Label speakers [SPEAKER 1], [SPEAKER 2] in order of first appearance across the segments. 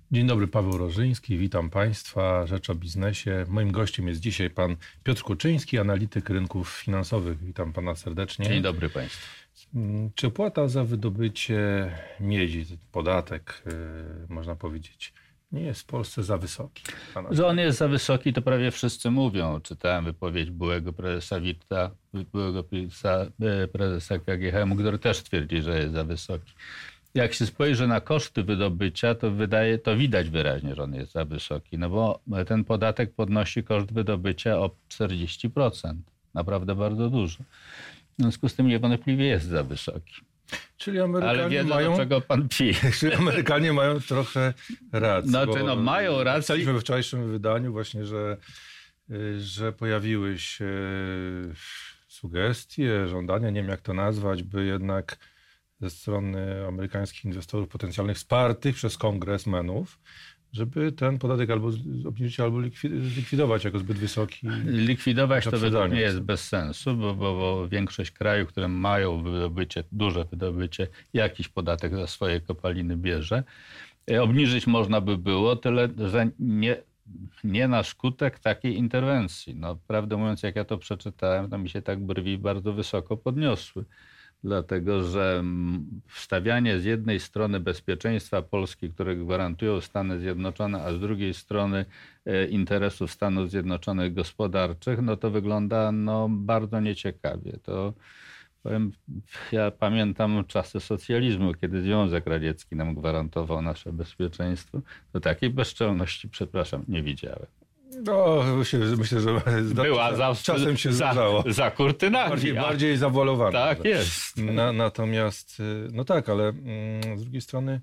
[SPEAKER 1] Dzień dobry, Paweł Rożyński, witam Państwa, Rzecz o Biznesie. Moim gościem jest dzisiaj pan Piotr Kuczyński, analityk rynków finansowych. Witam pana serdecznie.
[SPEAKER 2] Dzień dobry Państwu.
[SPEAKER 1] Czy opłata za wydobycie miedzi, podatek, można powiedzieć, nie jest w Polsce za wysoki?
[SPEAKER 2] Że on jest za wysoki, to prawie wszyscy mówią. Czytałem wypowiedź byłego prezesa WIRT-a, byłego prezesa KGHM, który też twierdzi, że jest za wysoki. Jak się spojrzy na koszty wydobycia, to widać wyraźnie, że on jest za wysoki, no bo ten podatek podnosi koszt wydobycia o 40%. Naprawdę bardzo dużo. W związku z tym niewątpliwie jest za wysoki.
[SPEAKER 1] Czyli Amerykanie
[SPEAKER 2] Ale wiedzą,
[SPEAKER 1] mają,
[SPEAKER 2] do czego pan pije.
[SPEAKER 1] czyli Amerykanie mają trochę racji.
[SPEAKER 2] Znaczy, mają rację.
[SPEAKER 1] Czytaliśmy we wczorajszym wydaniu właśnie, że pojawiły się sugestie, żądania, nie wiem jak to nazwać, by jednak ze strony amerykańskich inwestorów potencjalnych wspartych przez kongresmenów, żeby ten podatek albo obniżyć, albo zlikwidować jako zbyt wysoki.
[SPEAKER 2] Likwidować to według mnie jest bez sensu, bo większość krajów, które mają duże wydobycie, jakiś podatek za swoje kopaliny bierze. Obniżyć można by było, tyle że nie na skutek takiej interwencji. No, prawdę mówiąc, jak ja to przeczytałem, to mi się tak brwi bardzo wysoko podniosły. Dlatego, że wstawianie z jednej strony bezpieczeństwa Polski, które gwarantują Stany Zjednoczone, a z drugiej strony interesów Stanów Zjednoczonych gospodarczych, no to wygląda bardzo nieciekawie. To powiem, ja pamiętam czasy socjalizmu, kiedy Związek Radziecki nam gwarantował nasze bezpieczeństwo. To takiej bezczelności, przepraszam, nie widziałem.
[SPEAKER 1] No, myślę, że
[SPEAKER 2] była
[SPEAKER 1] czasem się zdarzało.
[SPEAKER 2] Za kurtynami.
[SPEAKER 1] Bardziej zawolowana.
[SPEAKER 2] Tak jest.
[SPEAKER 1] Natomiast, no tak, ale z drugiej strony,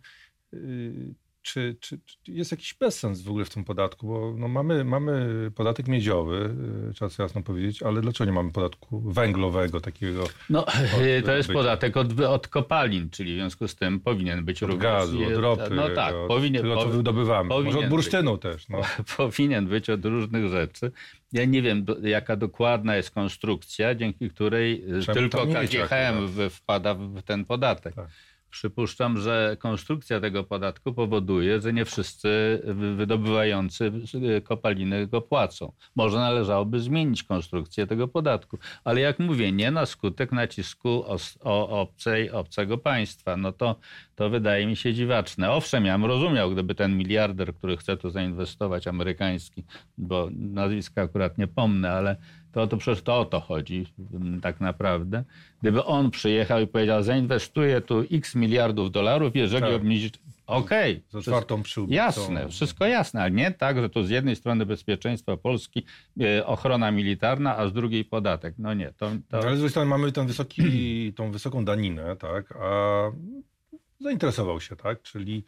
[SPEAKER 1] czy jest jakiś bezsens w ogóle w tym podatku? Bo mamy podatek miedziowy, trzeba sobie jasno powiedzieć, ale dlaczego nie mamy podatku węglowego takiego?
[SPEAKER 2] To jest podatek od kopalin, czyli w związku z tym powinien być
[SPEAKER 1] od
[SPEAKER 2] również...
[SPEAKER 1] gazu, od ropy,
[SPEAKER 2] no tak,
[SPEAKER 1] tego, co wydobywamy. Może od bursztynu też. No.
[SPEAKER 2] Powinien być od różnych rzeczy. Ja nie wiem, jaka dokładna jest konstrukcja, dzięki której tylko KGHM wpada w ten podatek. Tak. Przypuszczam, że konstrukcja tego podatku powoduje, że nie wszyscy wydobywający kopaliny go płacą. Może należałoby zmienić konstrukcję tego podatku. Ale jak mówię, nie na skutek nacisku obcego państwa. No to wydaje mi się dziwaczne. Owszem, ja bym rozumiał, gdyby ten miliarder, który chce tu zainwestować, amerykański, bo nazwiska akurat nie pomnę, ale to przecież to o to chodzi tak naprawdę. Gdyby on przyjechał i powiedział, zainwestuję tu x miliardów dolarów, jeżeli obniżyć... Okej.
[SPEAKER 1] Z otwartą przyłbicą.
[SPEAKER 2] Jasne, wszystko jasne, ale nie tak, że to z jednej strony bezpieczeństwa Polski, ochrona militarna, a z drugiej podatek. No nie.
[SPEAKER 1] Ale z drugiej strony mamy tą wysoką daninę, tak, a zainteresował się, tak, czyli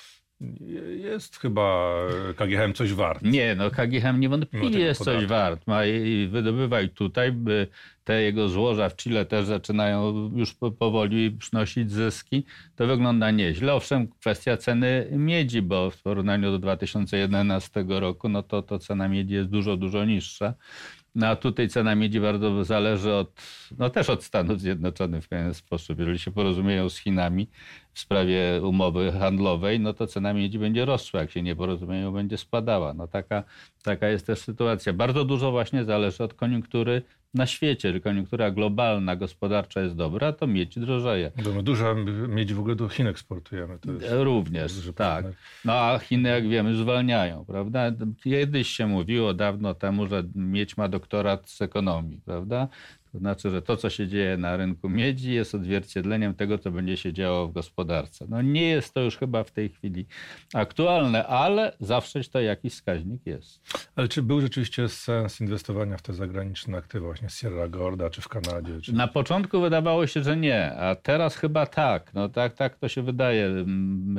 [SPEAKER 1] jest chyba KGHM coś wart.
[SPEAKER 2] Nie, KGHM niewątpliwie jest coś wart. Wydobywaj tutaj, te jego złoża w Chile też zaczynają już powoli przynosić zyski. To wygląda nieźle. Owszem, kwestia ceny miedzi, bo w porównaniu do 2011 roku, to cena miedzi jest dużo, dużo niższa. No a tutaj cena miedzi bardzo zależy też od Stanów Zjednoczonych w pewien sposób. Jeżeli się porozumieją z Chinami w sprawie umowy handlowej, no to cena miedzi będzie rosła. Jak się nie porozumieją, będzie spadała. No taka jest też sytuacja. Bardzo dużo właśnie zależy od koniunktury na świecie. Jeżeli koniunktura globalna, gospodarcza jest dobra, to miedź drożeje.
[SPEAKER 1] My dużo miedzi w ogóle do Chin eksportujemy. To jest
[SPEAKER 2] również, tak. No a Chiny, jak wiemy, zwalniają, prawda? Kiedyś się mówiło dawno temu, że miedź ma doktorat z ekonomii, prawda? To znaczy, że to, co się dzieje na rynku miedzi, jest odzwierciedleniem tego, co będzie się działo w gospodarce. No nie jest to już chyba w tej chwili aktualne, ale zawsze to jakiś wskaźnik jest.
[SPEAKER 1] Ale czy był rzeczywiście sens inwestowania w te zagraniczne aktywa, właśnie z Sierra Gorda, czy w Kanadzie? Czy...
[SPEAKER 2] Na początku wydawało się, że nie, a teraz chyba tak. No tak to się wydaje.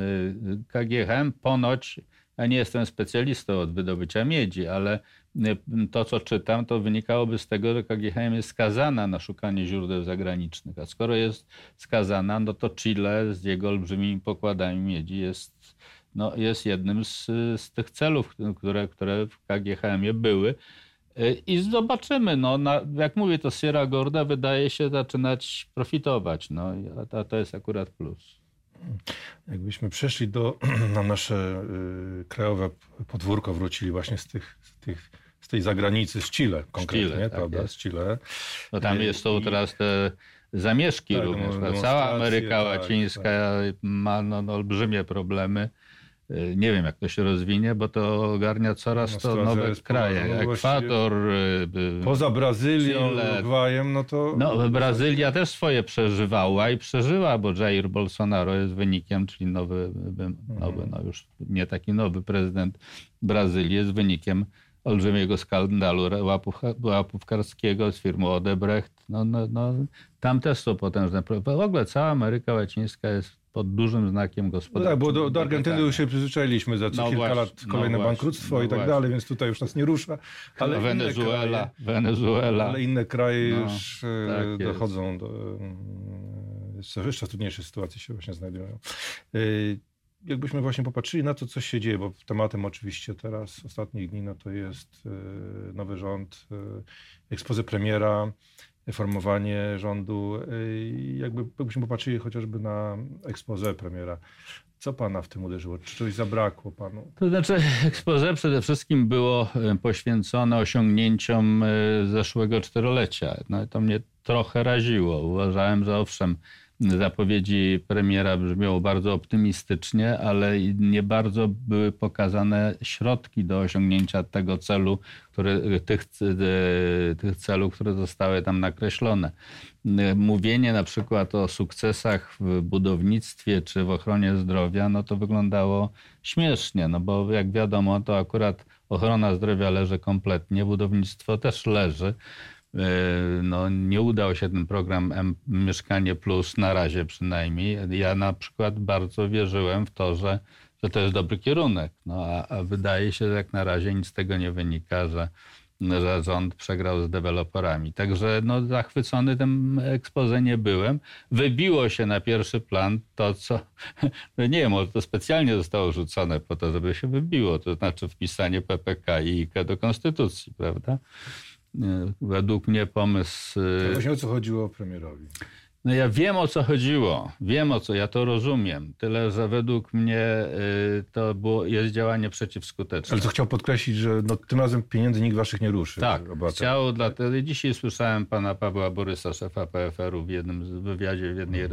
[SPEAKER 2] KGHM ponoć, ja nie jestem specjalistą od wydobycia miedzi, ale to, co czytam, to wynikałoby z tego, że KGHM jest skazana na szukanie źródeł zagranicznych. A skoro jest skazana, no to Chile z jego olbrzymimi pokładami miedzi jest jednym z tych celów, które w KGHM-ie były. I zobaczymy. Jak mówię, to Sierra Gorda wydaje się zaczynać profitować. To jest akurat plus.
[SPEAKER 1] Jakbyśmy przeszli na nasze krajowe podwórko, wrócili właśnie z tej zagranicy, z Chile konkretnie, Chile, prawda? Tak z Chile.
[SPEAKER 2] No tam są teraz te zamieszki tak, również. Cała Ameryka Łacińska ma olbrzymie problemy. Nie wiem, jak to się rozwinie, bo to ogarnia coraz to nowe kraje. Ekwador,
[SPEAKER 1] poza Brazylią, Urugwajem,
[SPEAKER 2] Brazylia też swoje przeżywała i przeżyła, bo Jair Bolsonaro jest wynikiem, czyli nowy, już nie taki nowy prezydent Brazylii, jest wynikiem olbrzymiego skandalu łapówkarskiego z firmą Odebrecht. Tam też są potężne problemy. W ogóle cała Ameryka Łacińska jest pod dużym znakiem gospodarczym.
[SPEAKER 1] No tak, bo do Argentyny już się przyzwyczailiśmy za kilka lat kolejne bankructwo i tak dalej, więc tutaj już nas nie rusza.
[SPEAKER 2] Ale Wenezuela.
[SPEAKER 1] Ale inne kraje już dochodzą do jeszcze trudniejszej sytuacji się właśnie znajdują. Jakbyśmy właśnie popatrzyli na to, co się dzieje, bo tematem oczywiście teraz ostatnich dni to jest nowy rząd, exposé premiera, formowanie rządu. Jakbyśmy popatrzyli chociażby na exposé premiera, co pana w tym uderzyło? Czy coś zabrakło panu?
[SPEAKER 2] To znaczy exposé przede wszystkim było poświęcone osiągnięciom zeszłego czterolecia. To mnie trochę raziło. Uważałem, że owszem, zapowiedzi premiera brzmią bardzo optymistycznie, ale nie bardzo były pokazane środki do osiągnięcia tego celu, tych celów, które zostały tam nakreślone. Mówienie na przykład o sukcesach w budownictwie czy w ochronie zdrowia, to wyglądało śmiesznie, bo jak wiadomo, to akurat ochrona zdrowia leży kompletnie, budownictwo też leży. Nie udał się ten program Mieszkanie Plus na razie przynajmniej. Ja na przykład bardzo wierzyłem w to, że to jest dobry kierunek. A wydaje się, że jak na razie nic z tego nie wynika, że rząd przegrał z deweloperami. Także zachwycony tym exposé nie byłem. Wybiło się na pierwszy plan to, co... nie wiem, może to specjalnie zostało rzucone po to, żeby się wybiło. To znaczy wpisanie PPK i IKE do konstytucji, prawda? Według mnie pomysł...
[SPEAKER 1] Właśnie o co chodziło premierowi?
[SPEAKER 2] Ja wiem, o co chodziło. Ja to rozumiem. Tyle, że według mnie to jest działanie przeciwskuteczne.
[SPEAKER 1] Ale co chciał podkreślić, że tym razem pieniędzy nikt waszych nie ruszy.
[SPEAKER 2] Tak, chciał, dlatego dzisiaj słyszałem pana Pawła Borysa, szefa PFR-u w jednym wywiadzie, w jednej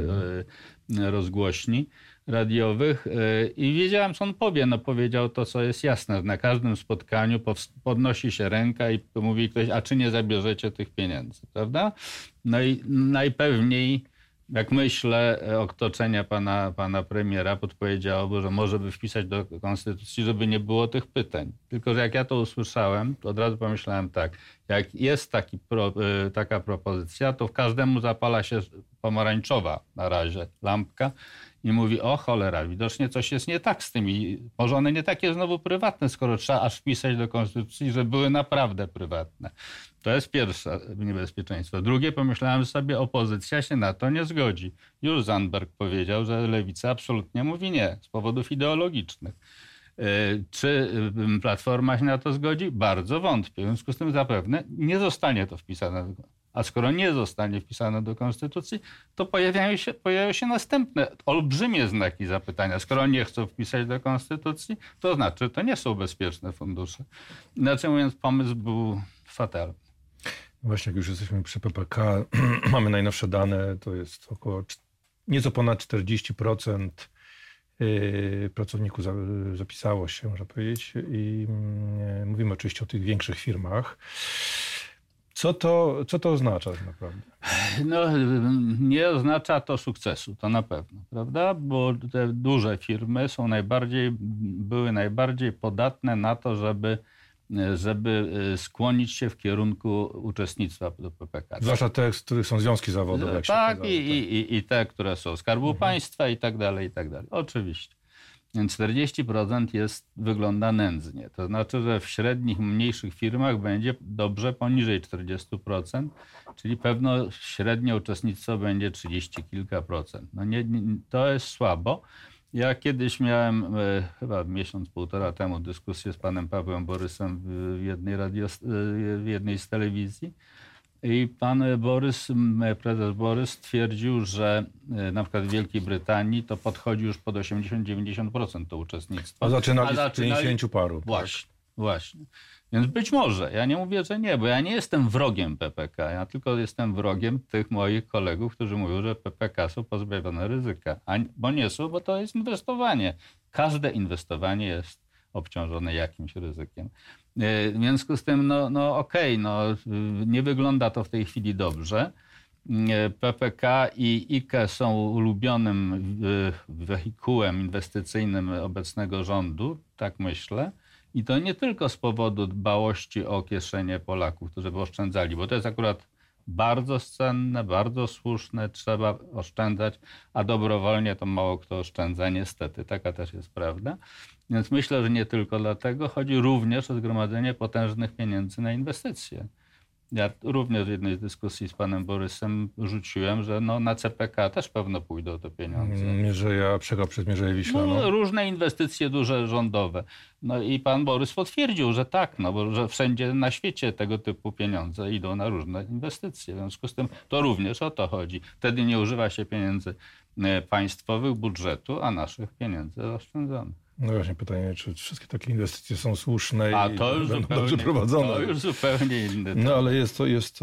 [SPEAKER 2] rozgłośni radiowych i wiedziałem, co on powie. Powiedział to, co jest jasne. Na każdym spotkaniu podnosi się ręka i mówi ktoś, a czy nie zabierzecie tych pieniędzy, prawda? I najpewniej, jak myślę, otoczenia pana premiera podpowiedziałoby, że może by wpisać do konstytucji, żeby nie było tych pytań. Tylko że jak ja to usłyszałem, to od razu pomyślałem tak, jak jest taka propozycja, to w każdemu zapala się pomarańczowa na razie lampka i mówi, o cholera, widocznie coś jest nie tak z tymi, może one nie takie znowu prywatne, skoro trzeba aż wpisać do konstytucji, że były naprawdę prywatne. To jest pierwsze niebezpieczeństwo. Drugie, pomyślałem sobie, opozycja się na to nie zgodzi. Już Zandberg powiedział, że lewica absolutnie mówi nie, z powodów ideologicznych. Czy Platforma się na to zgodzi? Bardzo wątpię. W związku z tym zapewne nie zostanie to wpisane. A skoro nie zostanie wpisane do konstytucji, to pojawiają się następne olbrzymie znaki zapytania. Skoro nie chcą wpisać do konstytucji, to znaczy, to nie są bezpieczne fundusze. Inaczej mówiąc, pomysł był fatalny.
[SPEAKER 1] Właśnie, jak już jesteśmy przy PPK, mamy najnowsze dane, to jest około nieco ponad 40% pracowników zapisało się, można powiedzieć, i mówimy oczywiście o tych większych firmach. Co to oznacza tak naprawdę?
[SPEAKER 2] Nie oznacza to sukcesu, to na pewno, prawda? Bo te duże firmy były najbardziej podatne na to, żeby skłonić się w kierunku uczestnictwa do PPK.
[SPEAKER 1] Zwłaszcza te, z których są związki zawodowe.
[SPEAKER 2] Tak, i te, które są Skarbu Państwa i tak dalej, i tak dalej. Oczywiście. Więc 40% wygląda nędznie. To znaczy, że w średnich, mniejszych firmach będzie dobrze poniżej 40%, czyli pewno średnie uczestnictwo będzie 30 kilka procent. To jest słabo. Ja kiedyś miałem, chyba półtora temu, dyskusję z panem Pawłem Borysem w jednej z telewizji I pan prezes Borys twierdził, że na przykład w Wielkiej Brytanii to podchodzi już pod 80-90% to uczestnictwo.
[SPEAKER 1] A zaczynali z 50 paru.
[SPEAKER 2] Właśnie. Więc być może, ja nie mówię, że nie, bo ja nie jestem wrogiem PPK, ja tylko jestem wrogiem tych moich kolegów, którzy mówią, że PPK są pozbawione ryzyka. Bo nie są, bo to jest inwestowanie. Każde inwestowanie jest obciążone jakimś ryzykiem. W związku z tym, nie wygląda to w tej chwili dobrze. PPK i IKE są ulubionym wehikułem inwestycyjnym obecnego rządu, tak myślę. I to nie tylko z powodu dbałości o kieszenie Polaków, którzy by oszczędzali, bo to jest akurat bardzo cenne, bardzo słuszne, trzeba oszczędzać, a dobrowolnie to mało kto oszczędza, niestety, taka też jest prawda. Więc myślę, że nie tylko dlatego, chodzi również o zgromadzenie potężnych pieniędzy na inwestycje. Ja również w jednej z dyskusji z panem Borysem rzuciłem, że na CPK też pewno pójdą te pieniądze.
[SPEAKER 1] Przegap przez Mierzeję Wiślaną.
[SPEAKER 2] Różne inwestycje duże rządowe. I pan Borys potwierdził, że tak, bo że wszędzie na świecie tego typu pieniądze idą na różne inwestycje. W związku z tym to również o to chodzi. Wtedy nie używa się pieniędzy państwowych, budżetu, a naszych pieniędzy oszczędzonych.
[SPEAKER 1] No właśnie pytanie, czy wszystkie takie inwestycje są słuszne i
[SPEAKER 2] będą
[SPEAKER 1] dobrze prowadzone.
[SPEAKER 2] To już zupełnie inne.
[SPEAKER 1] No ale jest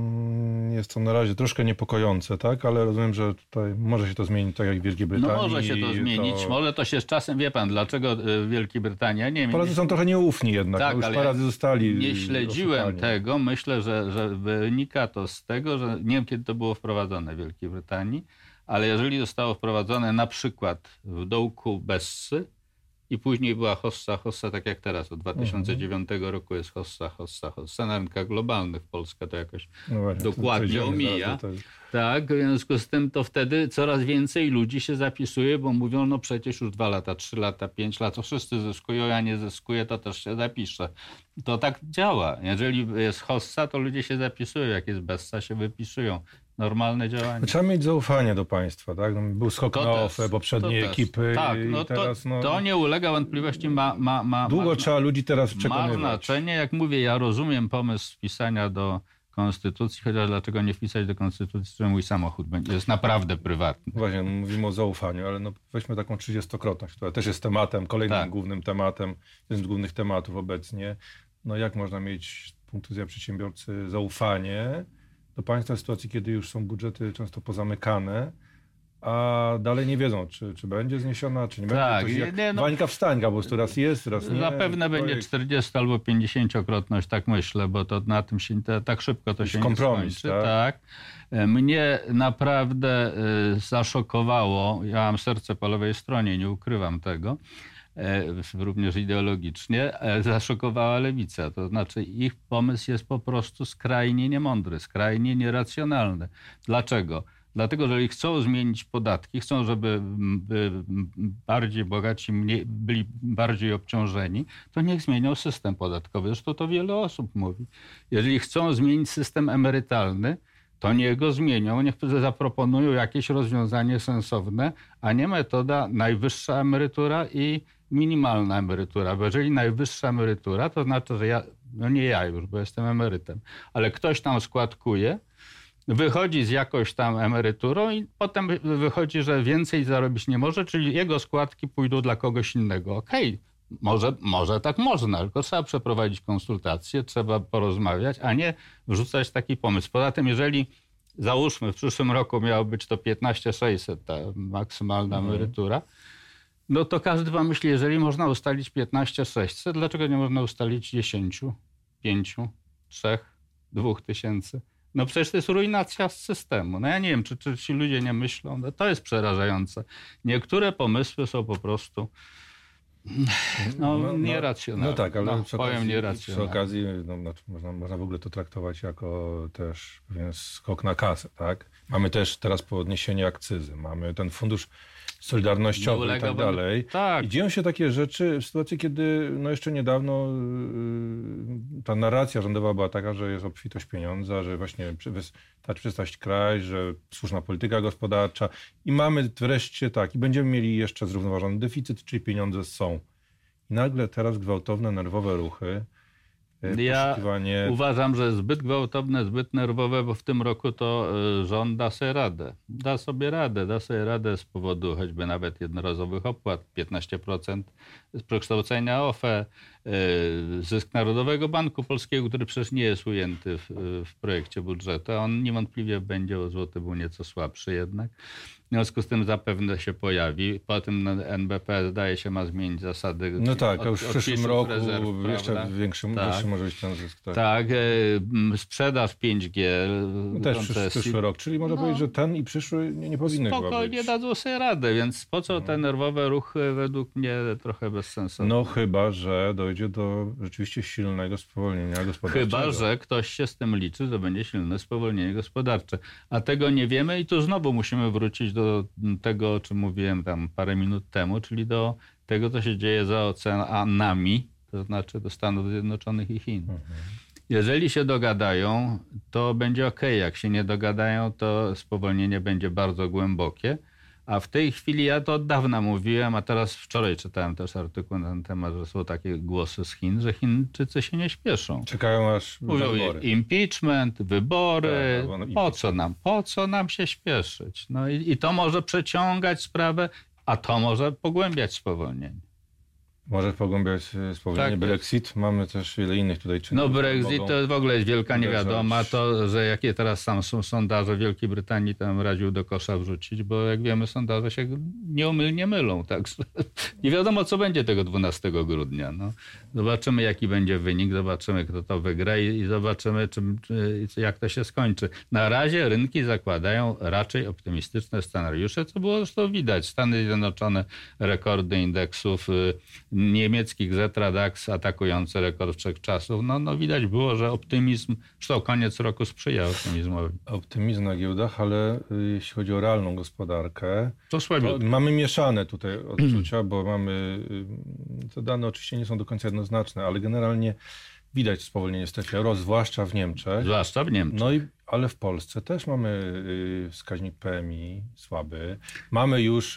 [SPEAKER 1] to na razie troszkę niepokojące, tak? Ale rozumiem, że tutaj może się to zmienić, tak jak w Wielkiej Brytanii.
[SPEAKER 2] No może się to zmienić. Może to się z czasem, wie pan, dlaczego Wielkiej Brytanii? Nie wiem.
[SPEAKER 1] Polacy są trochę nieufni jednak.
[SPEAKER 2] Tak,
[SPEAKER 1] już parę razy zostali
[SPEAKER 2] nie śledziłem tego. Myślę, że wynika to z tego, że nie wiem, kiedy to było wprowadzone w Wielkiej Brytanii, ale jeżeli zostało wprowadzone na przykład w dołku Bessy, i później była hossa, tak jak teraz. Od 2009 roku jest hossa. Na rynkach globalnych Polska to jakoś dokładnie omija. Tak, w związku z tym to wtedy coraz więcej ludzi się zapisuje, bo mówią, przecież już 2 lata, 3 lata, 5 lat, to wszyscy zyskują, ja nie zyskuję, to też się zapiszę. To tak działa. Jeżeli jest hossa, to ludzie się zapisują, jak jest Bessa, się wypisują. Normalne działanie.
[SPEAKER 1] Trzeba mieć zaufanie do państwa, tak? Był skok na OFE poprzedniej ekipy.
[SPEAKER 2] Tak, teraz, to nie ulega wątpliwości.
[SPEAKER 1] Długo trzeba ludzi teraz przekonywać.
[SPEAKER 2] Ma znaczenie. Jak mówię, ja rozumiem pomysł wpisania do konstytucji, chociaż dlaczego nie wpisać do konstytucji, że mój samochód jest naprawdę prywatny.
[SPEAKER 1] Właśnie, mówimy o zaufaniu, ale weźmy taką 30-krotność, która też jest tematem, kolejnym głównym tematem, jeden z głównych tematów obecnie. Jak można mieć z punktu widzenia przedsiębiorcy zaufanie do państwa w sytuacji, kiedy już są budżety często pozamykane, a dalej nie wiedzą, czy będzie zniesiona, czy nie będzie. Wańka wstańka, bo to raz jest, raz nie.
[SPEAKER 2] Zapewne będzie 40 albo 50-krotność, tak myślę, bo to na tym się tak szybko to się
[SPEAKER 1] kompromis,
[SPEAKER 2] nie skończy. Tak. Mnie naprawdę zaszokowało, ja mam serce po lewej stronie, nie ukrywam tego, również ideologicznie, zaszokowała lewica. To znaczy ich pomysł jest po prostu skrajnie niemądry, skrajnie nieracjonalny. Dlaczego? Dlatego, że jeżeli chcą zmienić podatki, chcą, żeby bardziej bogaci byli bardziej obciążeni, to niech zmienią system podatkowy. Zresztą to wiele osób mówi. Jeżeli chcą zmienić system emerytalny, to niech go zmienią, niech zaproponują jakieś rozwiązanie sensowne, a nie metoda najwyższa emerytura i minimalna emerytura. Bo jeżeli najwyższa emerytura, to znaczy, że nie ja już, bo jestem emerytem, ale ktoś tam składkuje, wychodzi z jakąś tam emeryturą i potem wychodzi, że więcej zarobić nie może, czyli jego składki pójdą dla kogoś innego. Okej, może tak można, tylko trzeba przeprowadzić konsultacje, trzeba porozmawiać, a nie wrzucać taki pomysł. Poza tym, jeżeli załóżmy w przyszłym roku miało być to 15 600, ta maksymalna emerytura, to każdy pomyśli, jeżeli można ustalić 15 600, dlaczego nie można ustalić 10, 5, 3, 2 tysięcy? Przecież to jest ruinacja systemu. Ja nie wiem, czy ci ludzie nie myślą. To jest przerażające. Niektóre pomysły są po prostu nieracjonalne.
[SPEAKER 1] Tak, ale
[SPEAKER 2] przy
[SPEAKER 1] okazji można w ogóle to traktować jako też pewien skok na kasę. Tak? Mamy też teraz podniesienie akcyzy. Mamy ten fundusz solidarnościowy i tak dalej.
[SPEAKER 2] Tak.
[SPEAKER 1] I dzieją się takie rzeczy w sytuacji, kiedy jeszcze niedawno ta narracja rządowa była taka, że jest obfitość pieniądza, że właśnie przystaść kraj, że słuszna polityka gospodarcza i mamy wreszcie i będziemy mieli jeszcze zrównoważony deficyt, czyli pieniądze są. I nagle teraz gwałtowne, nerwowe ruchy
[SPEAKER 2] Ja uważam, że zbyt gwałtowne, zbyt nerwowe, bo w tym roku to rząd da sobie radę. Da sobie radę z powodu choćby nawet jednorazowych opłat, 15% z przekształcenia OFE, zysk Narodowego Banku Polskiego, który przecież nie jest ujęty w projekcie budżetu. On niewątpliwie będzie o złoty był nieco słabszy jednak. W związku z tym zapewne się pojawi. Po tym NBP zdaje się ma zmienić zasady.
[SPEAKER 1] No tak, a już w przyszłym roku
[SPEAKER 2] rezerw,
[SPEAKER 1] jeszcze wyższy może być ten zysk.
[SPEAKER 2] Tak, sprzedaż 5G.
[SPEAKER 1] No też przyszły rok, czyli można powiedzieć, że ten i przyszły nie powinny chyba być.
[SPEAKER 2] Spokojnie dadzą sobie radę, więc po co te nerwowe ruchy według mnie trochę bez sensu.
[SPEAKER 1] No chyba, że dojdzie do rzeczywiście silnego spowolnienia gospodarczego.
[SPEAKER 2] Chyba, że ktoś się z tym liczy, że będzie silne spowolnienie gospodarcze. A tego nie wiemy i tu znowu musimy wrócić do tego, o czym mówiłem tam parę minut temu, czyli do tego, co się dzieje za oceanami, to znaczy do Stanów Zjednoczonych i Chin. Jeżeli się dogadają, to będzie ok. Jak się nie dogadają, to spowolnienie będzie bardzo głębokie. A w tej chwili, ja to od dawna mówiłem, a teraz wczoraj czytałem też artykuł na ten temat, że są takie głosy z Chin, że Chińczycy się nie śpieszą.
[SPEAKER 1] Czekają aż
[SPEAKER 2] wybory. Impeachment, wybory. Po co nam się śpieszyć? No i to może przeciągać sprawę, a to może pogłębiać spowolnienie.
[SPEAKER 1] Może pogłębiać spowolnienie. Tak, Brexit. Mamy też wiele innych tutaj czynników.
[SPEAKER 2] No Brexit to w ogóle jest wielka niewiadoma. To, że jakie teraz tam są sondaże w Wielkiej Brytanii, tam radził do kosza wrzucić, bo jak wiemy, sondaże się nieomylnie mylą. Także nie wiadomo, co będzie tego 12 grudnia. No. Zobaczymy, jaki będzie wynik, zobaczymy, kto to wygra i zobaczymy, jak to się skończy. Na razie rynki zakładają raczej optymistyczne scenariusze, co było zresztą widać. Stany Zjednoczone, rekordy indeksów, niemieckich Xetra DAX atakujący rekord wszechczasów. No widać było, że optymizm, zresztą koniec roku sprzyja optymizmowi.
[SPEAKER 1] Optymizm na giełdach, ale jeśli chodzi o realną gospodarkę,
[SPEAKER 2] to
[SPEAKER 1] mamy mieszane tutaj odczucia, bo mamy, te dane oczywiście nie są do końca jednoznaczne, ale generalnie widać spowolnienie strefy euro, zwłaszcza w Niemczech. No ale w Polsce też mamy wskaźnik PMI słaby. Mamy już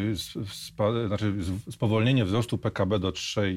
[SPEAKER 1] spowolnienie wzrostu PKB do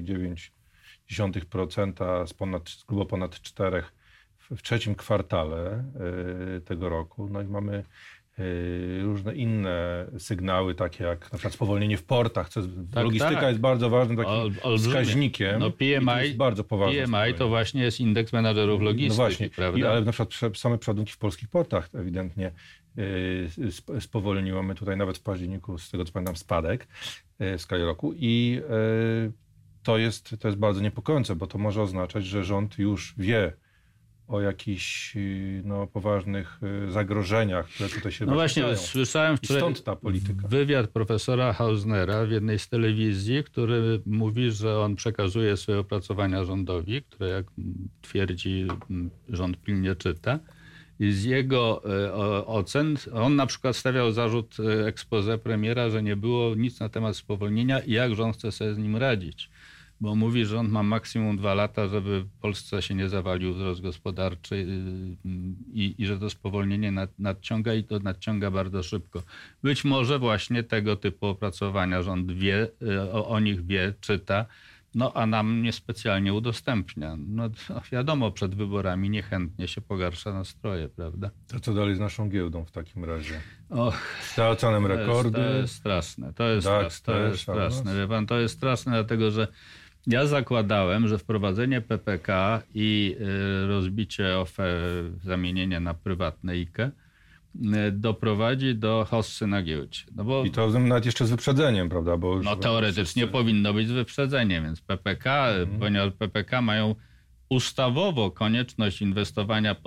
[SPEAKER 1] 3,9% z grubo ponad 4% w trzecim kwartale tego roku. No i mamy różne inne sygnały, takie jak na przykład spowolnienie w portach. Logistyka jest bardzo ważnym takim wskaźnikiem.
[SPEAKER 2] No PMI, to jest bardzo poważne. PMI to właśnie jest indeks menadżerów logistyki. No właśnie, prawda?
[SPEAKER 1] Ale na przykład same przeładunki w polskich portach ewidentnie spowolniło. My tutaj nawet w październiku, z tego co pamiętam, spadek w skali roku i to jest bardzo niepokojące, bo to może oznaczać, że rząd już wie o jakichś poważnych zagrożeniach, które tutaj się
[SPEAKER 2] właśnie słyszałem wczoraj
[SPEAKER 1] stąd ta polityka.
[SPEAKER 2] Wywiad profesora Hausnera w jednej z telewizji, który mówi, że on przekazuje swoje opracowania rządowi, które jak twierdzi rząd pilnie czyta. I z jego ocen, on na przykład stawiał zarzut expose premiera, że nie było nic na temat spowolnienia i jak rząd chce sobie z nim radzić. Bo mówi, że on ma maksimum 2 lata, żeby w Polsce się nie zawalił wzrost gospodarczy i że to spowolnienie nadciąga i to nadciąga bardzo szybko. Być może właśnie tego typu opracowania rząd wie, o nich wie, czyta, a nam niespecjalnie udostępnia. No wiadomo, przed wyborami niechętnie się pogarsza nastroje, prawda?
[SPEAKER 1] To co dalej z naszą giełdą w takim razie? Straconym rekordy.
[SPEAKER 2] To jest straszne. To jest straszne. Wie pan, to jest straszne, dlatego że ja zakładałem, że wprowadzenie PPK i rozbicie OFE, zamienienie na prywatne IKE doprowadzi do hossy na giełdzie.
[SPEAKER 1] I to nawet jeszcze z wyprzedzeniem, prawda? Bo
[SPEAKER 2] teoretycznie powinno być z wyprzedzeniem, więc PPK, ponieważ PPK mają ustawowo konieczność inwestowania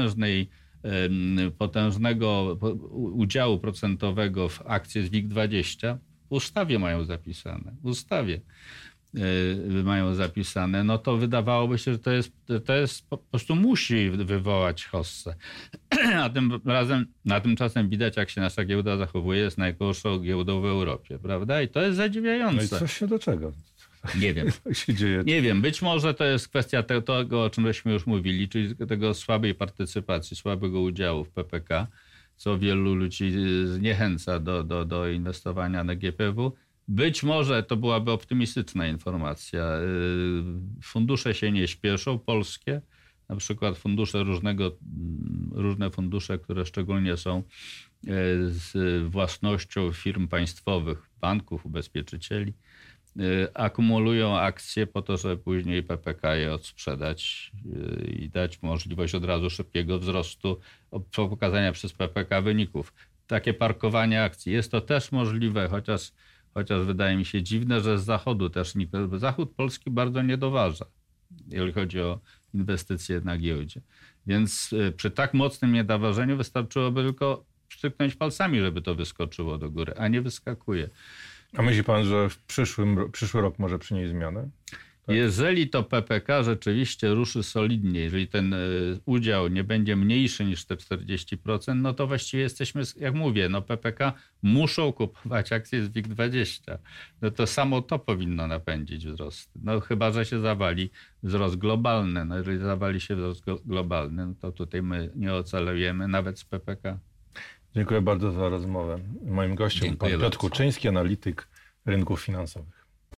[SPEAKER 2] potężnego udziału procentowego w akcje z WIG20, w ustawie mają zapisane. No to wydawałoby się, że to jest po prostu musi wywołać hossę. A tymczasem widać, jak się nasza giełda zachowuje, jest najgorszą giełdą w Europie, prawda? I to jest zadziwiające.
[SPEAKER 1] No i coś się do czego?
[SPEAKER 2] Nie wiem.
[SPEAKER 1] się dzieje.
[SPEAKER 2] Nie wiem, być może to jest kwestia tego, o czym żeśmy już mówili, czyli tego słabej partycypacji, słabego udziału w PPK, co wielu ludzi zniechęca do inwestowania na GPW. Być może to byłaby optymistyczna informacja. Fundusze się nie śpieszą, polskie. Na przykład różne fundusze, które szczególnie są z własnością firm państwowych, banków, ubezpieczycieli, akumulują akcje po to, żeby później PPK je odsprzedać i dać możliwość od razu szybkiego wzrostu pokazania przez PPK wyników. Takie parkowanie akcji. Jest to też możliwe, chociaż wydaje mi się dziwne, że z Zachodu też Zachód polski bardzo nie doważa, jeżeli chodzi o inwestycje na giełdzie. Więc przy tak mocnym niedoważeniu wystarczyłoby tylko pstryknąć palcami, żeby to wyskoczyło do góry, a nie wyskakuje.
[SPEAKER 1] A myśli pan, że w przyszły rok może przynieść zmianę? Tak.
[SPEAKER 2] Jeżeli to PPK rzeczywiście ruszy solidnie, jeżeli ten udział nie będzie mniejszy niż te 40%, no to właściwie jesteśmy, jak mówię, no PPK muszą kupować akcje z WIG20. No to samo to powinno napędzić wzrost. No chyba, że się zawali wzrost globalny. No jeżeli zawali się wzrost globalny, no to tutaj my nie ocalejemy nawet z PPK.
[SPEAKER 1] Dziękuję bardzo za rozmowę. Moim gościem pan Piotr Kuczyński, analityk rynków finansowych.